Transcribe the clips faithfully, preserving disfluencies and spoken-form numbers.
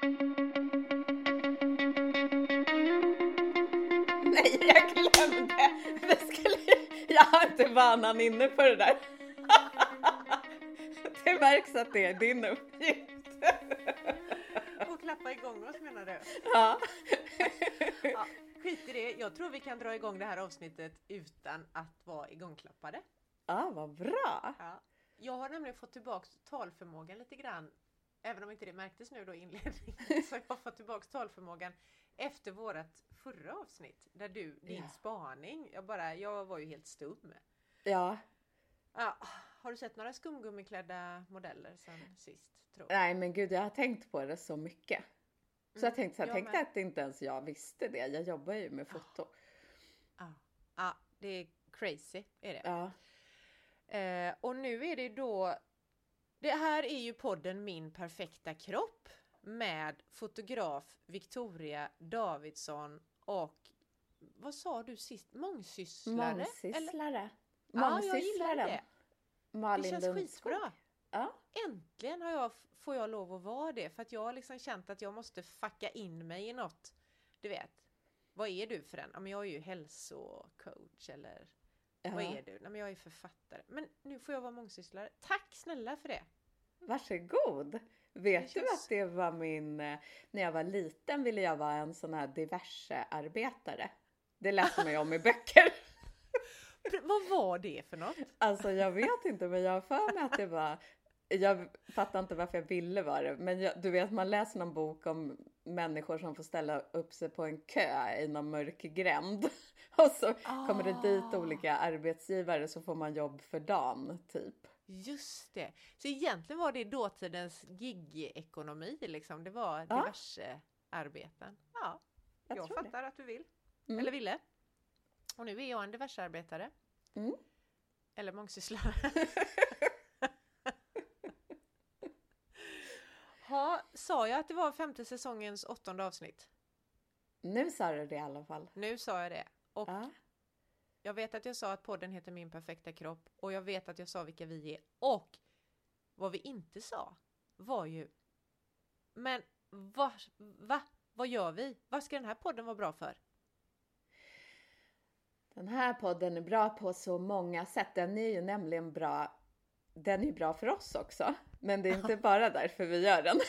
Nej, jag glömde. Det skulle... Jag har inte vanan inne på det där. Det märks att det är din uppgift. Och klappa igång oss, menar du? Ja. Ja, skit i det. Jag tror vi kan dra igång det här avsnittet utan att vara igångklappade. Ja, vad bra. Ja. Jag har nämligen fått tillbaka talförmågan lite grann. Även om inte det märktes nu då i inledningen. Så jag har fått tillbaka talförmågan efter vårat förra avsnitt. Där du, din Ja. spaning. Jag, bara, jag var ju helt stum. Ja. Ja, har du sett några skumgummiklädda modeller sen sist? Tror jag? Nej, men gud, jag har tänkt på det så mycket. Så Mm, jag tänkte så här, jag tänkte med. att inte ens jag visste det. Jag jobbar ju med foto. Ja, ja, det är crazy, är det. Ja. Eh, och nu är det då, det här är ju podden Min perfekta kropp med fotograf Victoria Davidsson och, vad sa du sist? Mångsysslare? Mångsysslare. Ja, jag gillar Mångsysslaren. det. Det Malin känns Lundskog. skitbra. Ja. Äntligen har jag, får jag lov att vara det, för att jag har liksom känt att jag måste fucka in mig i något. Du vet, vad är du för en? Ja, men jag är ju hälsocoach eller... Ja. Vad är du? Nej, men jag är författare. Men nu får jag vara mångsysslare. Tack snälla för det. Varsågod. Vet Det du känns- att det var min... eh, När jag var liten ville jag vara en sån här diverse arbetare. Det läste man ju om i böcker. Pr- vad var det för något? Alltså jag vet inte, men jag har för mig att det var... Jag fattar inte varför jag ville vara det. Men jag, du vet, man läser någon bok om människor som får ställa upp sig på en kö i någon mörk gränd. Och så kommer det dit Ah. olika arbetsgivare, så får man jobb för dagen, typ. Just det. Så egentligen var det dåtidens gig-ekonomi liksom. Det var Ja. diverse arbeten. Ja, Jag jag, tror det. fattar att du vill. Mm. Eller ville. Och nu är jag en diverse arbetare. Mm. Eller mångsysslare. Ha, sa jag att det var femte säsongens åttonde avsnitt? Nu sa du det i alla fall. Nu sa jag det. Och Ja. jag vet att jag sa att podden heter Min perfekta kropp. Och jag vet att jag sa vilka vi är. Och vad vi inte sa var ju... Men va? va? Vad gör vi? Vad ska den här podden vara bra för? Den här podden är bra på så många sätt. Den är ju nämligen bra. Den är bra för oss också. Men det är inte bara därför vi gör den.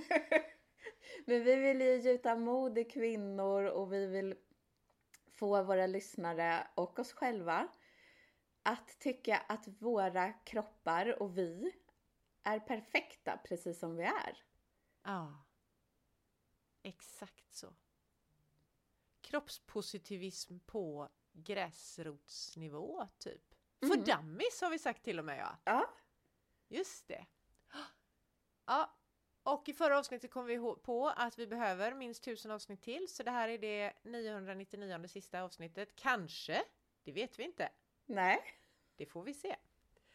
Men vi vill ju gjuta mod i kvinnor och vi vill få våra lyssnare och oss själva att tycka att våra kroppar och vi är perfekta precis som vi är. Ja. Exakt så. Kroppspositivism på gräsrotsnivå typ. För Mm. dummies har vi sagt till och med, ja. Ja, Just det. Ja, och i förra avsnittet kom vi ihå- på att vi behöver minst tusen avsnitt till. Så det här är det niohundranittionio sista avsnittet. Kanske, det vet vi inte. nej. Det får vi se.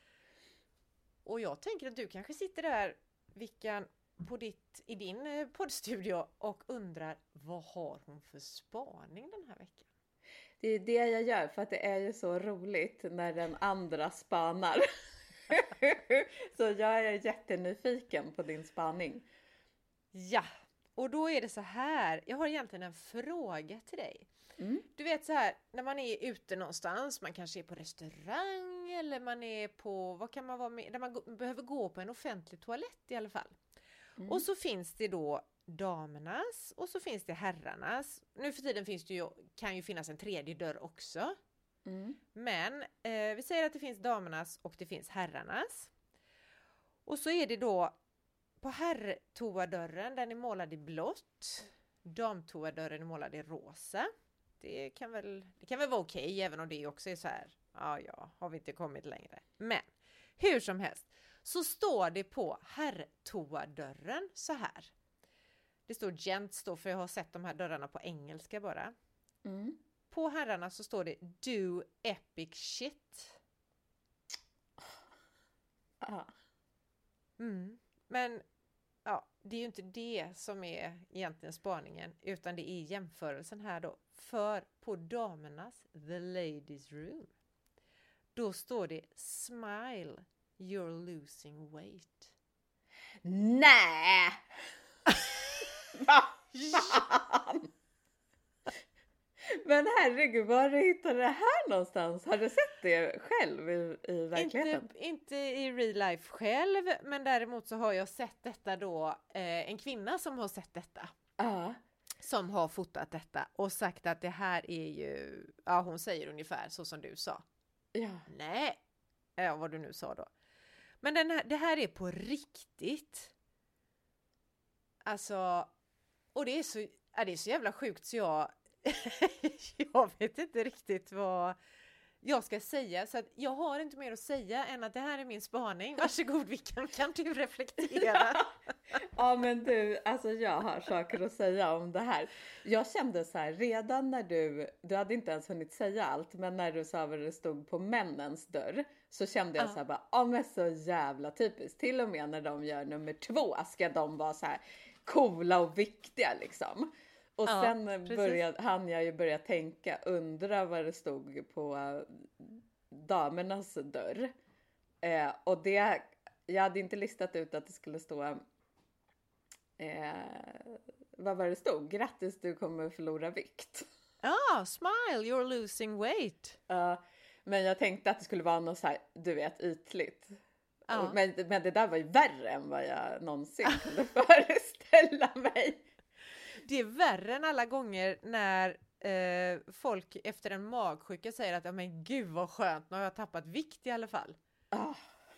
Och jag tänker att du kanske sitter där, Vickan, på ditt, i din eh, poddstudio och undrar, vad har hon för spaning den här veckan? Det är det jag gör, för att det är ju så roligt när den andra spanar. Så jag är jättenyfiken på din spaning. Ja, och då är det så här. Jag har egentligen en fråga till dig. Mm. Du vet så här, när man är ute någonstans, man kanske är på restaurang eller man är på, vad kan man vara med, där man gå, behöver gå på en offentlig toalett i alla fall. Mm. Och så finns det då damernas och så finns det herrarnas. Nu för tiden finns det ju, kan ju finnas en tredje dörr också. Mm. Men eh, vi säger att det finns damernas och det finns herrarnas. Och så är det då på herrtoadörren, den är målad i blått. Damtoadörren är målad i rosa. Det kan väl, det kan väl vara okej, även om det också är så här. Ja, ja, har vi inte kommit längre. Men hur som helst så står det på herrtoadörren så här. Det står gents då, för jag har sett de här dörrarna på engelska bara. Mm. På herrarna så står det do epic shit. Ja. Mm. Men ja, det är ju inte det som är egentligen spaningen, utan det är jämförelsen här då. För på damernas the ladies room, då står det smile, you're losing weight. Nej! fan! Men herregud, var du hittade det här någonstans? Har du sett det själv i, i verkligheten? Inte, inte i real life själv, men däremot så har jag sett detta då, eh, en kvinna som har sett detta. Ja. Som har fotat detta och sagt att det här är ju, ja hon säger ungefär så som du sa. Ja. Nej, ja vad du nu sa då. Men den här, det här är på riktigt. Alltså, och det är så, ja, det är så jävla sjukt så jag, jag vet inte riktigt vad jag ska säga. Så att jag har inte mer att säga än att det här är min spaning. Varsågod Vickan, kan du reflektera? Ja men du, alltså jag har saker att säga om det här. Jag kände så här, redan när du, du hade inte ens hunnit säga allt, men när du sa vad det stod på männens dörr, så kände jag Ja. så här bara, ja men så jävla typiskt. Till och med när de gör nummer två ska de vara så här coola och viktiga liksom. Och Ja, sen precis. började, hann jag ju börja tänka, undra vad det stod på äh, damernas dörr. Eh, och det, jag hade inte listat ut att det skulle stå, eh, vad var det stod? Grattis, du kommer förlora vikt. Ja, smile, you're losing weight. Uh, men jag tänkte att det skulle vara något så här, du vet, ytligt. Ja. Och, men, men det där var ju värre än vad jag någonsin kunde föreställa mig. Det är värre än alla gånger när eh, folk efter en magsjuka säger att ja men gud vad skönt, nu har jag tappat vikt i alla fall. Ah.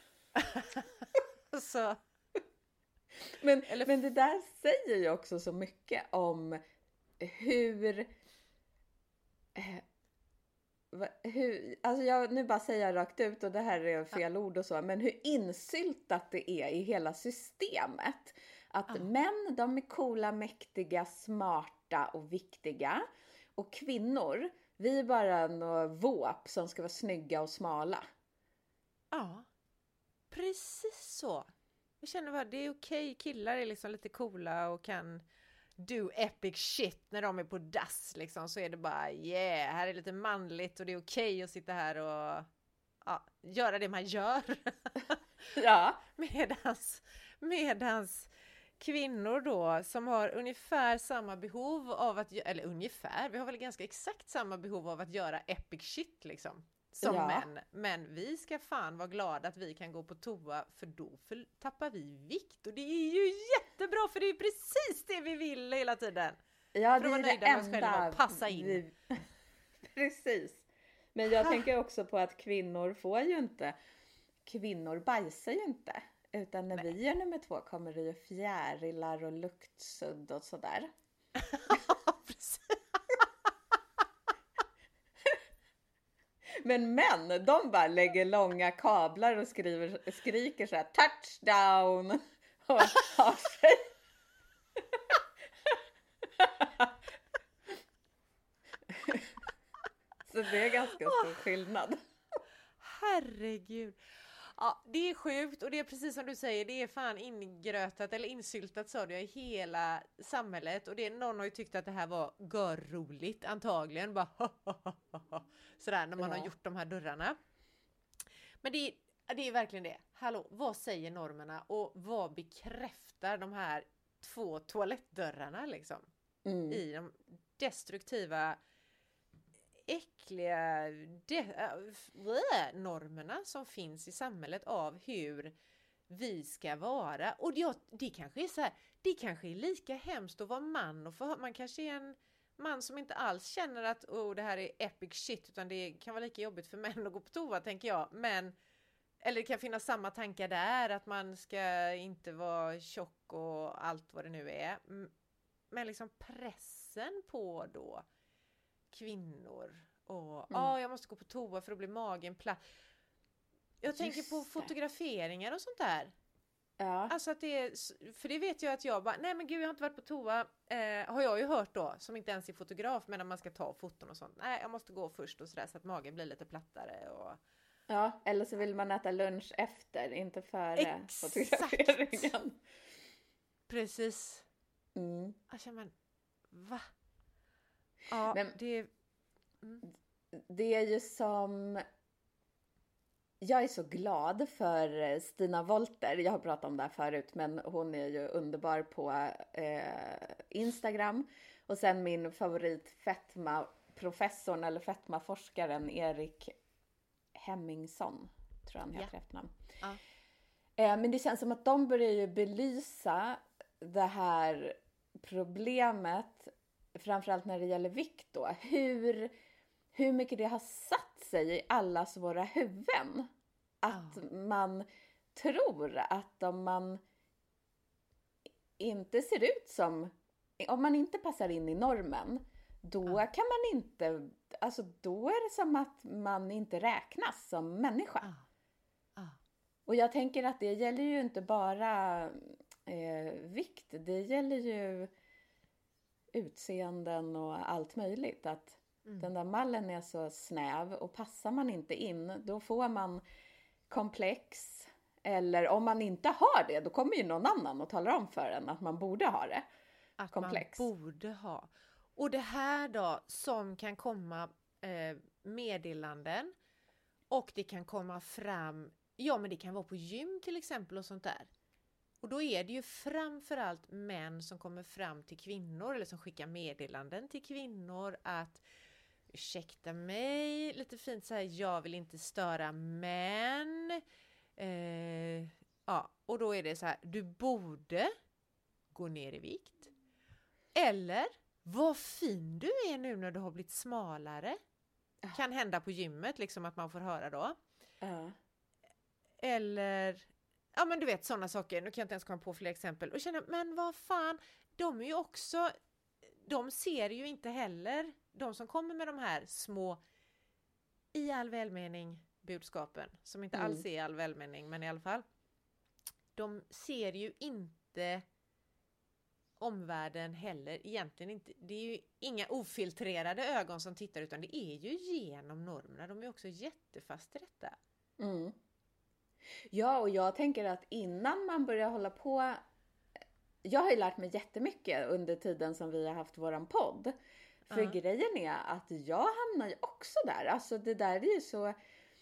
Så, Men, Eller- men det där säger ju också så mycket om hur, eh, va- hur alltså jag, nu bara säger jag rakt ut och det här är fel ord och så, men hur insyltat det är i hela systemet. Att Ja. män, de är coola, mäktiga, smarta och viktiga. Och kvinnor, vi är bara några våp som ska vara snygga och smala. ja, precis så. Jag känner bara, det är okej, killar är liksom lite coola och kan do epic shit när de är på dass liksom, så är det bara yeah, här är lite manligt och det är okej att sitta här och ja, göra det man gör. Ja. Medans, medans kvinnor då som har ungefär samma behov av att, gö- eller ungefär, vi har väl ganska exakt samma behov av att göra epic shit liksom. Som Ja. män. Men vi ska fan vara glada att vi kan gå på toa, för då för, tappar vi vikt. Och det är ju jättebra, för det är precis det vi vill hela tiden. Ja, För att vara det är nöjda det med oss själva enda och passa in. vi- Precis. Men jag Ha. tänker också på att kvinnor får ju inte, kvinnor bajsar ju inte. Utan när vi gör nummer två kommer det ju fjärilar och luktsudd och sådär. Precis. Men män, de bara lägger långa kablar och skriver, skriker så här touchdown och har sig. Så det är ganska stor skillnad. Herregud. Ja, det är sjukt och det är precis som du säger, det är fan ingrötat eller insyltat sa du i hela samhället, och det är, någon har ju tyckt att det här var görroligt antagligen, bara sådär när man Ja. har gjort de här dörrarna. Men det är, det är verkligen det. Hallå, vad säger normerna och vad bekräftar de här två toalettdörrarna liksom Mm. i de destruktiva, äckliga de, äh, blä, normerna som finns i samhället av hur vi ska vara. Och det, det kanske är så här, det kanske är lika hemskt att vara man och för, man kanske är en man som inte alls känner att oh, det här är epic shit, utan det kan vara lika jobbigt för män att gå på toa, tänker jag. Men eller det kan finnas samma tankar där, att man ska inte vara tjock och allt vad det nu är. M- Men liksom pressen på då kvinnor och ja, Mm. ah, jag måste gå på toa för att bli magen platt. Jag tänker Just på det. fotograferingar och sånt där. Ja. Alltså att det är, för det vet jag att jag bara, nej men gud jag har inte varit på toa, eh, har jag ju hört då, som inte ens är fotograf, men när man ska ta foton och sånt. Nej, jag måste gå först och sådär så att magen blir lite plattare och Ja, eller så vill man äta lunch efter, inte före Exakt. fotograferingen. precis. Mm. Jag känner, men va? Ja, Men- det Det är ju som, jag är så glad för Stina Wolter. Jag har pratat om det här förut, men hon är ju underbar på eh, Instagram. Och sen min favorit fetma-professorn eller fetma-forskaren Erik Hemmingsson, tror han heter efternamn. Ja. Eh, men det känns som att de börjar ju belysa det här problemet, framförallt när det gäller vikt då. Hur, hur mycket det har satt sig i allas våra huvuden. Att Ja. man tror att om man inte ser ut som, om man inte passar in i normen, då Ja. kan man inte, alltså då är det som att man inte räknas som människa. Ja. Ja. Och jag tänker att det gäller ju inte bara eh, vikt, det gäller ju utseenden och allt möjligt. Att Mm. den där mallen är så snäv och passar man inte in, då får man komplex. Eller om man inte har det, då kommer ju någon annan och talar om för en att man borde ha det. Att Komplex. man borde ha. Och det här då som kan komma eh, meddelanden och det kan komma fram, ja men det kan vara på gym till exempel och sånt där. Och då är det ju framförallt män som kommer fram till kvinnor eller som skickar meddelanden till kvinnor att ursäkta mig, lite fint så här, jag vill inte störa män. Eh, ja, och då är det så här, du borde gå ner i vikt. Eller, vad fin du är nu när du har blivit smalare. Kan hända på gymmet, liksom att man får höra då. Ja. Eller, ja men du vet sådana saker, nu kan jag inte ens komma på fler exempel. Och känna, men vad fan, de är ju också, de ser ju inte heller, de som kommer med de här små, i all välmening, budskapen, som inte Mm. alls är i all välmening, men i alla fall. De ser ju inte omvärlden heller, egentligen inte, det är ju inga ofiltrerade ögon som tittar, utan det är ju genom normerna, de är också jättefast i detta. Mm. Ja, och jag tänker att innan man börjar hålla på, jag har ju lärt mig jättemycket under tiden som vi har haft våran podd. För Ja. grejen är att jag hamnar ju också där. Alltså det där är ju så,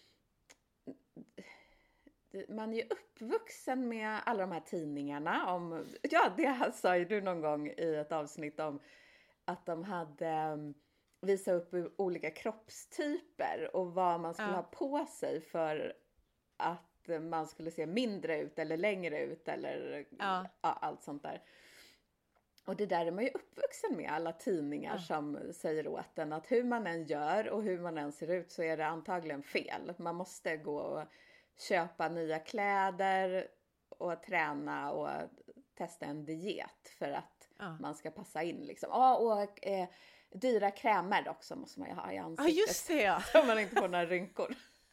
man är ju uppvuxen med alla de här tidningarna om, ja det sa ju du någon gång i ett avsnitt om att de hade visat upp olika kroppstyper och vad man skulle Ja. ha på sig för att man skulle se mindre ut eller längre ut eller Ja. ja, allt sånt där. Och det där är man ju uppvuxen med, alla tidningar Ja. som säger åt en att hur man än gör och hur man än ser ut så är det antagligen fel. Man måste gå och köpa nya kläder och träna och testa en diet för att Ja. man ska passa in liksom. Ja, och eh, dyra krämer också måste man ju ha i Ja, ansiktet. just det ja. Så man inte får några rynkor.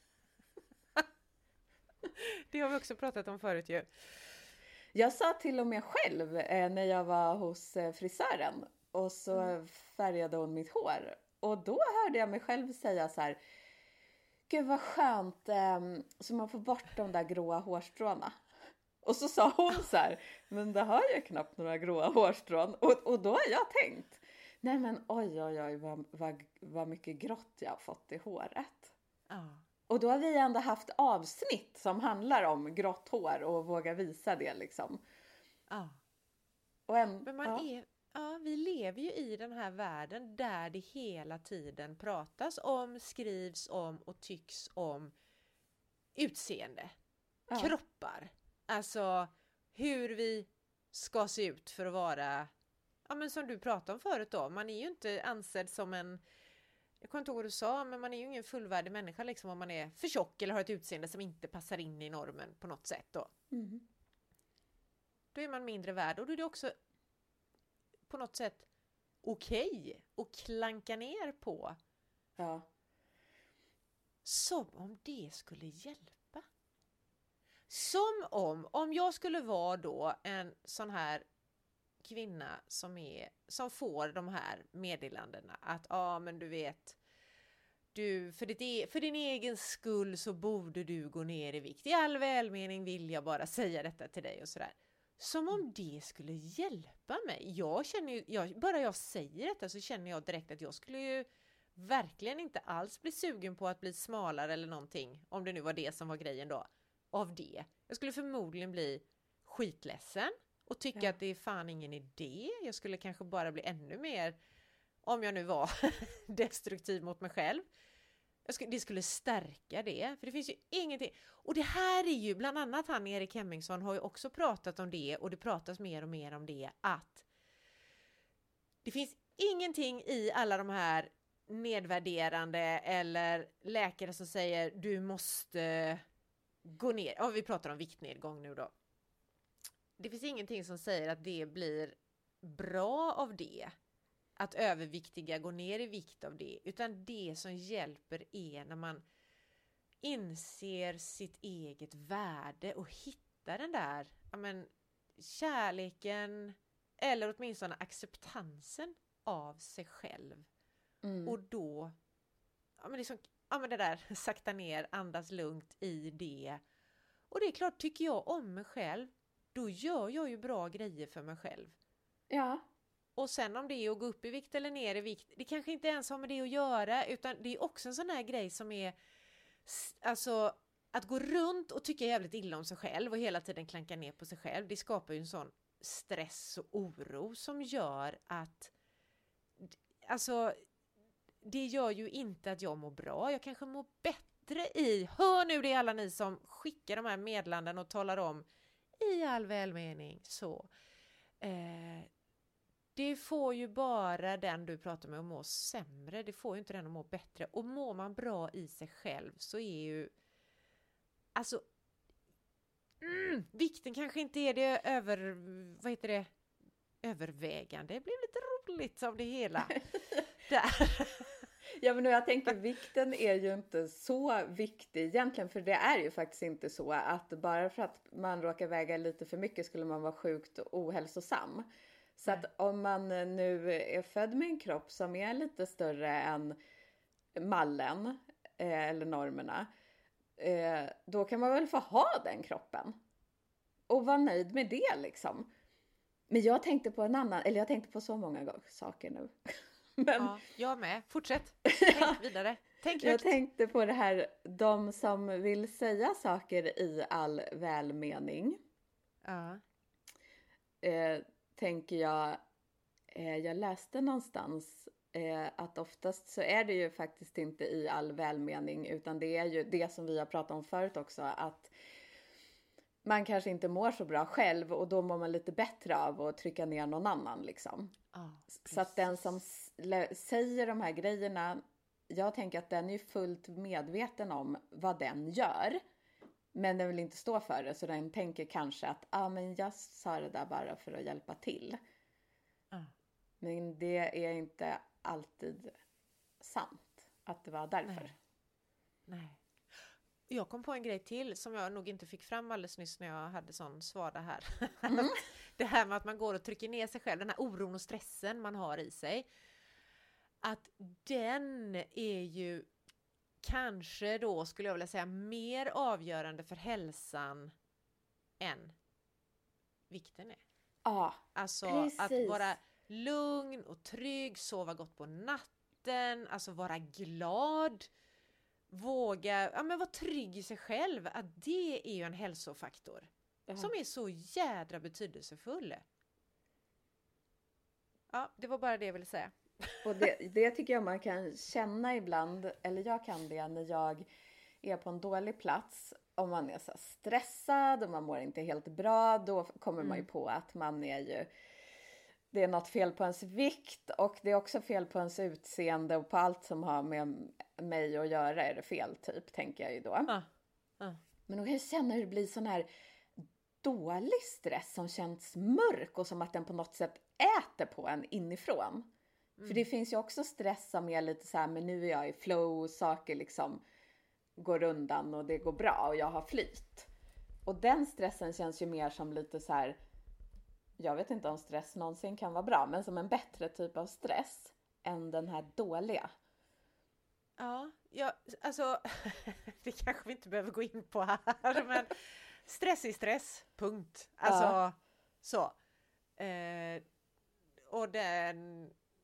Det har vi också pratat om förut ju. Jag sa till och med själv eh, när jag var hos eh, frisören och så Mm. färgade hon mitt hår. Och då hörde jag mig själv säga så här: gud vad skönt eh, så man får bort de där gråa hårstråna. Och så sa hon så här: men det har ju knappt några gråa hårstrån. Och, och då har jag tänkt, nej men oj oj oj vad, vad, vad mycket grått jag har fått i håret. Ja. Och då har vi ändå haft avsnitt som handlar om grått hår och våga visa det liksom. Ja. Och en, Men man ja. är, ja, vi lever ju i den här världen där det hela tiden pratas om, skrivs om och tycks om utseende, Ja. kroppar. Alltså hur vi ska se ut för att vara, ja men som du pratade om förut då, man är ju inte ansedd som en, jag kommer inte ihåg vad du sa, men man är ju ingen fullvärdig människa liksom om man är för tjock eller har ett utseende som inte passar in i normen på något sätt då. Mm. Då är man mindre värd och då är det också på något sätt okej att klanka ner på. Ja. Som om det skulle hjälpa. Som om, om jag skulle vara då en sån här kvinna som är, som får de här meddelandena att ja ah, men du vet, du, för, ditt, för din egen skull så borde du gå ner i vikt. I all välmening vill jag bara säga detta till dig och sådär. Som om det skulle hjälpa mig. Jag känner ju, jag, bara jag säger detta så känner jag direkt att jag skulle ju verkligen inte alls bli sugen på att bli smalare eller någonting, om det nu var det som var grejen då, av det. Jag skulle förmodligen bli skitledsen och tycka ja. att det är fan ingen idé. Jag skulle kanske bara bli ännu mer, om jag nu var destruktiv mot mig själv. Jag skulle, det skulle stärka det, för det finns ju ingenting. Och det här är ju, bland annat han Erik Hemmingsson har ju också pratat om det, och det pratas mer och mer om det, att det finns ingenting i alla de här nedvärderande eller läkare som säger du måste gå ner. Ja, vi pratar om viktnedgång nu då. Det finns ingenting som säger att det blir bra av det. Att överviktiga går ner i vikt av det. Utan det som hjälper är när man inser sitt eget värde och hittar den där ja men, kärleken eller åtminstone acceptansen av sig själv. Mm. Och då ja men, liksom, ja men det där sakta ner, andas lugnt i det. Och det är klart, tycker jag om mig själv, då gör jag ju bra grejer för mig själv. Ja. Och sen om det är att gå upp i vikt eller ner i vikt, det kanske inte ens har med det att göra, utan det är också en sån här grej som är, alltså att gå runt och tycka jävligt illa om sig själv och hela tiden klanka ner på sig själv, det skapar ju en sån stress och oro som gör att, alltså det gör ju inte att jag mår bra, jag kanske mår bättre i, hör nu det alla ni som skickar de här meddelanden och talar om i all välmening så, eh, det får ju bara den du pratar med att må sämre. Det får ju inte den att må bättre. Och mår man bra i sig själv så är ju... Alltså... Mm, vikten kanske inte är det över... Vad heter det? Övervägande. Det blev lite roligt av det hela. Där. Ja, men jag tänker vikten är ju inte så viktig egentligen. För det är ju faktiskt inte så att bara för att man råkar väga lite för mycket skulle man vara sjukt ohälsosam. Så att om man nu är född med en kropp som är lite större än mallen eh, eller normerna, eh, då kan man väl få ha den kroppen och vara nöjd med det liksom. Men jag tänkte på en annan, eller jag tänkte på så många saker nu. Men, ja, jag med. Fortsätt. Tänk vidare. Tänk jag tänkte på det här, de som vill säga saker i all välmening. Ja. Eh, tänker jag, eh, jag läste någonstans eh, att oftast så är det ju faktiskt inte i all välmening, utan det är ju det som vi har pratat om förut också, att man kanske inte mår så bra själv och då mår man lite bättre av att trycka ner någon annan liksom. Ah, så att den som s- säger de här grejerna, jag tänker att den är fullt medveten om vad den gör. Men den vill inte stå för det, så den tänker kanske att ah, men jag sa det där bara för att hjälpa till. Ah. Men det är inte alltid sant att det var därför. Nej. Nej. Jag kom på en grej till som jag nog inte fick fram alldeles nyss när jag hade sån svada här. Mm. Det här med att man går och trycker ner sig själv, den här oron och stressen man har i sig. Att den är ju kanske då, skulle jag vilja säga, mer avgörande för hälsan än vikten är. Ja, alltså precis. Att vara lugn och trygg, sova gott på natten, alltså vara glad, våga, ja men vara trygg i sig själv, att det är ju en hälsofaktor ja. Som är så jädra betydelsefull. Ja, det var bara det jag ville säga. Och det, det tycker jag man kan känna ibland, eller jag kan det när jag är på en dålig plats. Om man är så stressad och man mår inte helt bra, då kommer mm. man ju på att man är ju, det är något fel på ens vikt och det är också fel på ens utseende och på allt som har med mig att göra är det fel typ, tänker jag ju då. Ah. Ah. Men då kan jag känna hur det blir sån här dålig stress som känns mörk och som att den på något sätt äter på en inifrån. Mm. För det finns ju också stress som är lite så här, men nu är jag i flow, saker liksom går undan och det går bra och jag har flyt. Och den stressen känns ju mer som lite så här, jag vet inte om stress någonsin kan vara bra, men som en bättre typ av stress än den här dåliga. Ja, ja alltså det kanske vi inte behöver gå in på här, men stress är stress, punkt. Alltså, ja. så. Eh, och den...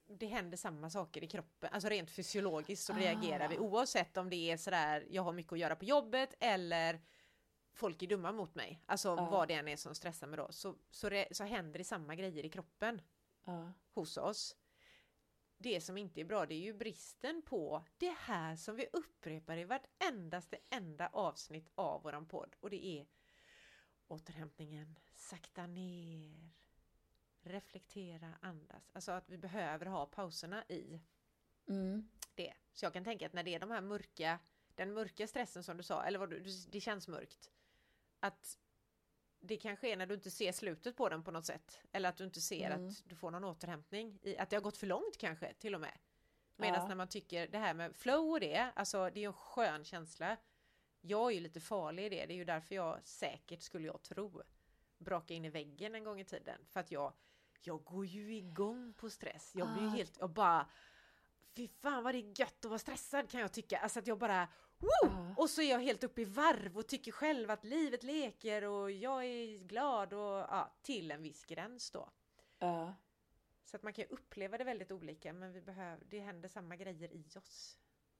det händer samma saker i kroppen. Alltså rent fysiologiskt så Ah. reagerar vi. Oavsett om det är sådär, jag har mycket att göra på jobbet eller folk är dumma mot mig. Alltså Ah. vad det än är som stressar mig då. Så, så, det, så händer det samma grejer i kroppen Ja. hos oss. Det som inte är bra, det är ju bristen på det här som vi upprepar i vartendaste enda avsnitt av våran podd. Och det är återhämtningen, sakta ner, reflektera, andas. Alltså att vi behöver ha pauserna i Mm. det. Så jag kan tänka att när det är de här mörka, den mörka stressen som du sa, eller vad du, det känns mörkt. Att det kanske är när du inte ser slutet på den på något sätt. Eller att du inte ser Mm. att du får någon återhämtning. I, att det har gått för långt kanske till och med. Medan Ja. när man tycker det här med flow och det, alltså det är ju en skön känsla. Jag är ju lite farlig i det. Det är ju därför jag säkert, skulle jag tro, braka in i väggen en gång i tiden. För att jag, jag går ju igång på stress. Jag blir ju Ah. helt, jag bara, fy fan vad det är gött att vara stressad kan jag tycka. Alltså att jag bara, woo! Ah. Och så är jag helt uppe i varv och tycker själv att livet leker och jag är glad och ja, till en viss gräns då. Ja. Så att man kan ju uppleva det väldigt olika, men vi behöver, det händer samma grejer i oss.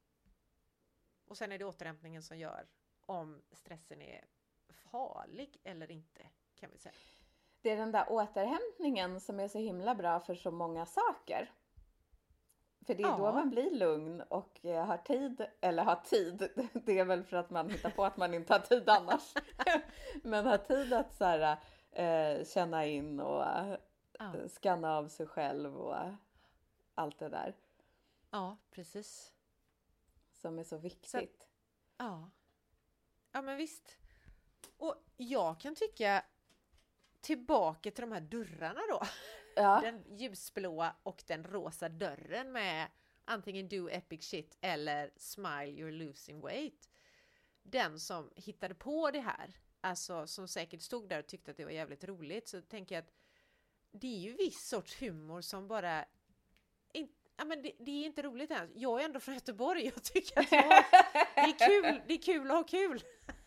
Och sen är det återhämtningen som gör om stressen är farlig eller inte, kan vi säga. Det är den där återhämtningen som är så himla bra för så många saker. För det är Ja. då man blir lugn och eh, har tid, eller har tid, det är väl för att man hittar på att man inte har tid annars. Men har tid att så här, eh, känna in och eh, Ja, skanna av sig själv och eh, allt det där ja precis. som är så viktigt. Ja. Ja, men visst. Och jag kan tycka, tillbaka till de här dörrarna då. Ja, Den ljusblåa och den rosa dörren med antingen do epic shit eller smile you're losing weight. Den som hittade på det här, alltså som säkert stod där och tyckte att det var jävligt roligt, så tänker jag att det är ju viss sorts humor som bara in, ja, men det, det är inte roligt ens. Jag är ändå från Göteborg, jag tycker att jag, det är kul, det är kul att ha kul.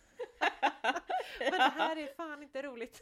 Men det här är fan inte roligt.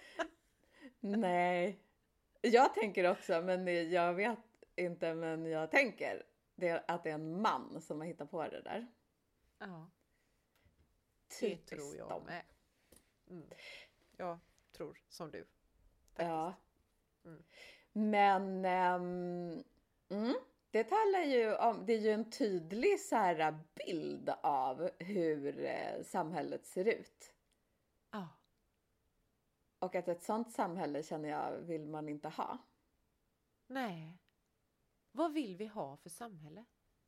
nej. Jag tänker också, men jag vet inte, men jag tänker det är att det är en man som har hittat på det där. Ja. Det Typiskt tror jag dem. med. Mm. Jag tror som du. Faktiskt. Ja. Mm. Men ehm, mm, det talar ju om, det är ju en tydlig så här bild av hur eh, samhället ser ut. Ja. Och att ett sånt samhälle känner jag vill man inte ha. Nej. Vad vill vi ha för samhälle?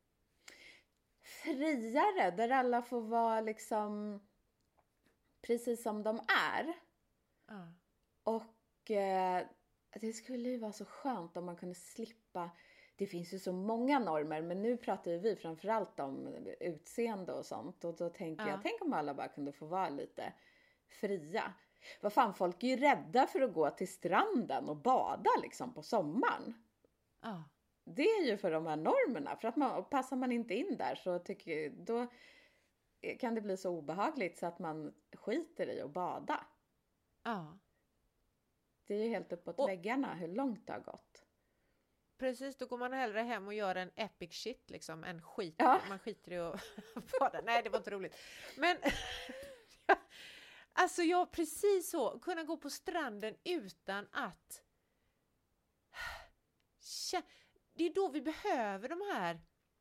Friare, där alla får vara liksom precis som de är. Ja. Och eh, det skulle ju vara så skönt om man kunde slippa. Det finns ju så många normer, men nu pratar ju vi framförallt om utseende och sånt. Och då tänker Ja. jag, tänk om alla bara kunde få vara lite fria. Vad fan, folk är ju rädda för att gå till stranden och bada liksom på sommaren. Ja. Det är ju för de här normerna. För att man, passar man inte in där så tycker då kan det bli så obehagligt så att man skiter i att bada. Ja. Det är ju helt uppåt Och- väggarna hur långt det har gått. Precis, då går man hellre hem och gör en epic shit liksom, en skit. Ja. Man skiter i att bada. Nej, det var inte roligt. Men alltså jag, precis så, kunna gå på stranden utan att Kä- det är då vi behöver de här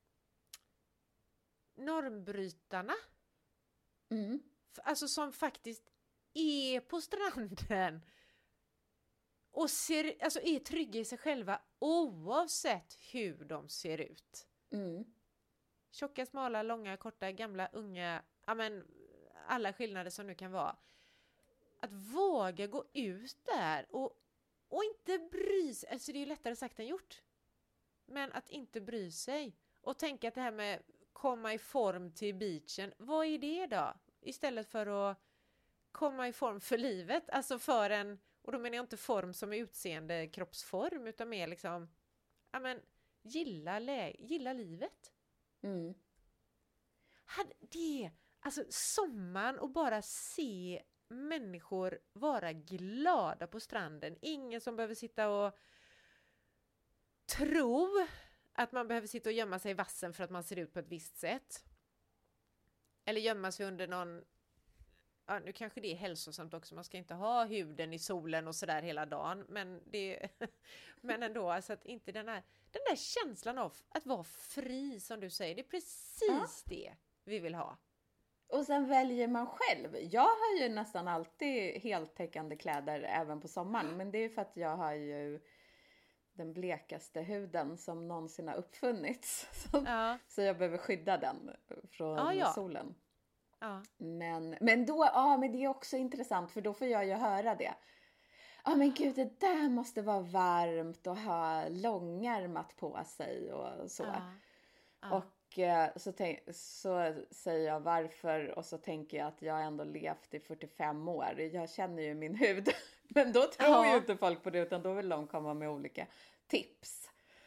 normbrytarna. Mm. F- Alltså som faktiskt är på stranden och ser, alltså är trygga i sig själva oavsett hur de ser ut. Mm. Tjocka, smala, långa, korta, gamla, unga, ja men alla skillnader som nu kan vara. Att våga gå ut där och, och inte bry sig, alltså det är ju lättare sagt än gjort. Men att inte bry sig och tänka att det här med komma i form till beachen, vad är det då? Istället för att komma i form för livet, alltså för en, och då menar jag inte form som är utseende kroppsform, utan mer liksom, ja men gilla, lä- gilla livet. Mm. Hade det, alltså sommaren och bara se människor vara glada på stranden. Ingen som behöver sitta och tro att man behöver sitta och gömma sig i vassen för att man ser ut på ett visst sätt. Eller gömma sig under någon... Ja, nu kanske det är hälsosamt också. Man ska inte ha huden i solen och sådär hela dagen. Men, det, men ändå, alltså att inte den här, den där känslan av att vara fri, som du säger. Det är precis ja. det vi vill ha. Och sen väljer man själv. Jag har ju nästan alltid heltäckande kläder även på sommaren. Men det är för att jag har ju den blekaste huden som någonsin har uppfunnits. Så, ja. så jag behöver skydda den från ja, ja. solen. Ja. Men, men då, ja men det är också intressant, för då får jag ju höra det. Ja men gud, det där måste vara varmt och ha långärmat på sig och så. Ja. Ja. Och eh, så, tänk, så säger jag varför, och så tänker jag att jag ändå levt i fyrtiofem år. Jag känner ju min hud. Men då tror ja. ju inte folk på det, utan då vill de komma med olika tips.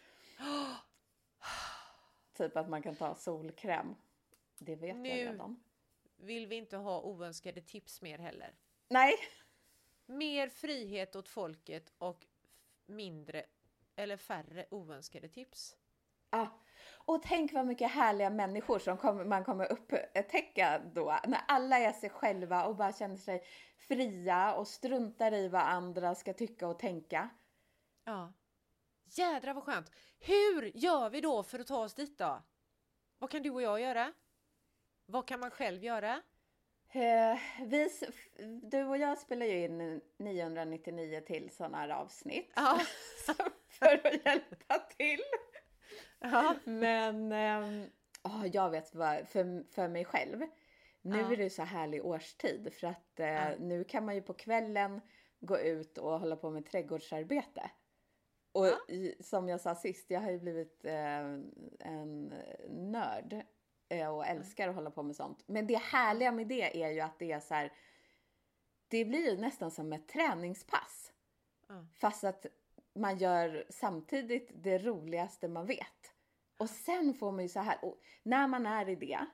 Typ att man kan ta solkräm. Det vet nu. jag redan. Vill vi inte ha oönskade tips mer heller. Nej. Mer frihet åt folket och mindre eller färre oönskade tips. Ja, och tänk vad mycket härliga människor som kommer, man kommer upptäcka då. När alla är sig själva och bara känner sig fria och struntar i vad andra ska tycka och tänka. Ja. Jädra vad skönt. Hur gör vi då för att ta oss dit då? Vad kan du och jag göra? Vad kan man själv göra? Eh, vi, du och jag spelar ju in niohundranittionio till sådana här avsnitt. Ja. För att hjälpa till. Ja. Men eh, oh, jag vet vad, för, för mig själv. Nu ja. är det så härlig årstid. För att eh, ja. nu kan man ju på kvällen gå ut och hålla på med trädgårdsarbete. Och ja. i, som jag sa sist, jag har ju blivit eh, en nörd. Och älskar att hålla på med sånt. Men det härliga med det är ju att det är så här. Det blir ju nästan som ett träningspass. Mm. Fast att man gör samtidigt det roligaste man vet. Och sen får man ju så här. Och när man är i det.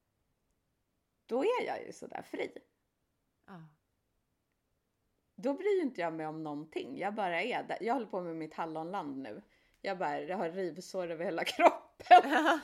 Då är jag ju så där fri. Mm. Då bryr ju inte jag mig om någonting. Jag bara är där. Jag håller på med mitt hallonland nu. Jag bara, jag har rivsår över hela kroppen.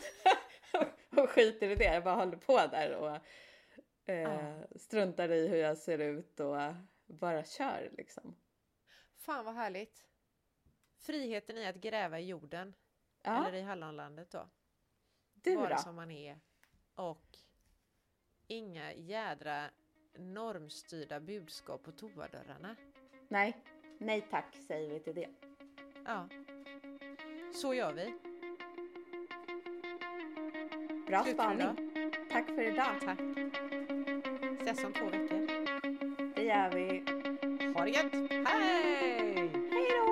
Och skiter i det. Jag bara håller på där och eh, ah. struntar i hur jag ser ut och bara kör liksom. Fan vad härligt. Friheten i att gräva i jorden. Ja. Eller i Hallonlandet då. Du Vara då? som man är. Och inga jädra normstyrda budskap på toadörrarna. Nej, nej tack säger vi till det. Ja. Så gör vi. Bra spaning. Tack för idag. Tack. Ses om två veckor. Det gör vi. Ha det gött. Hej! Hej då!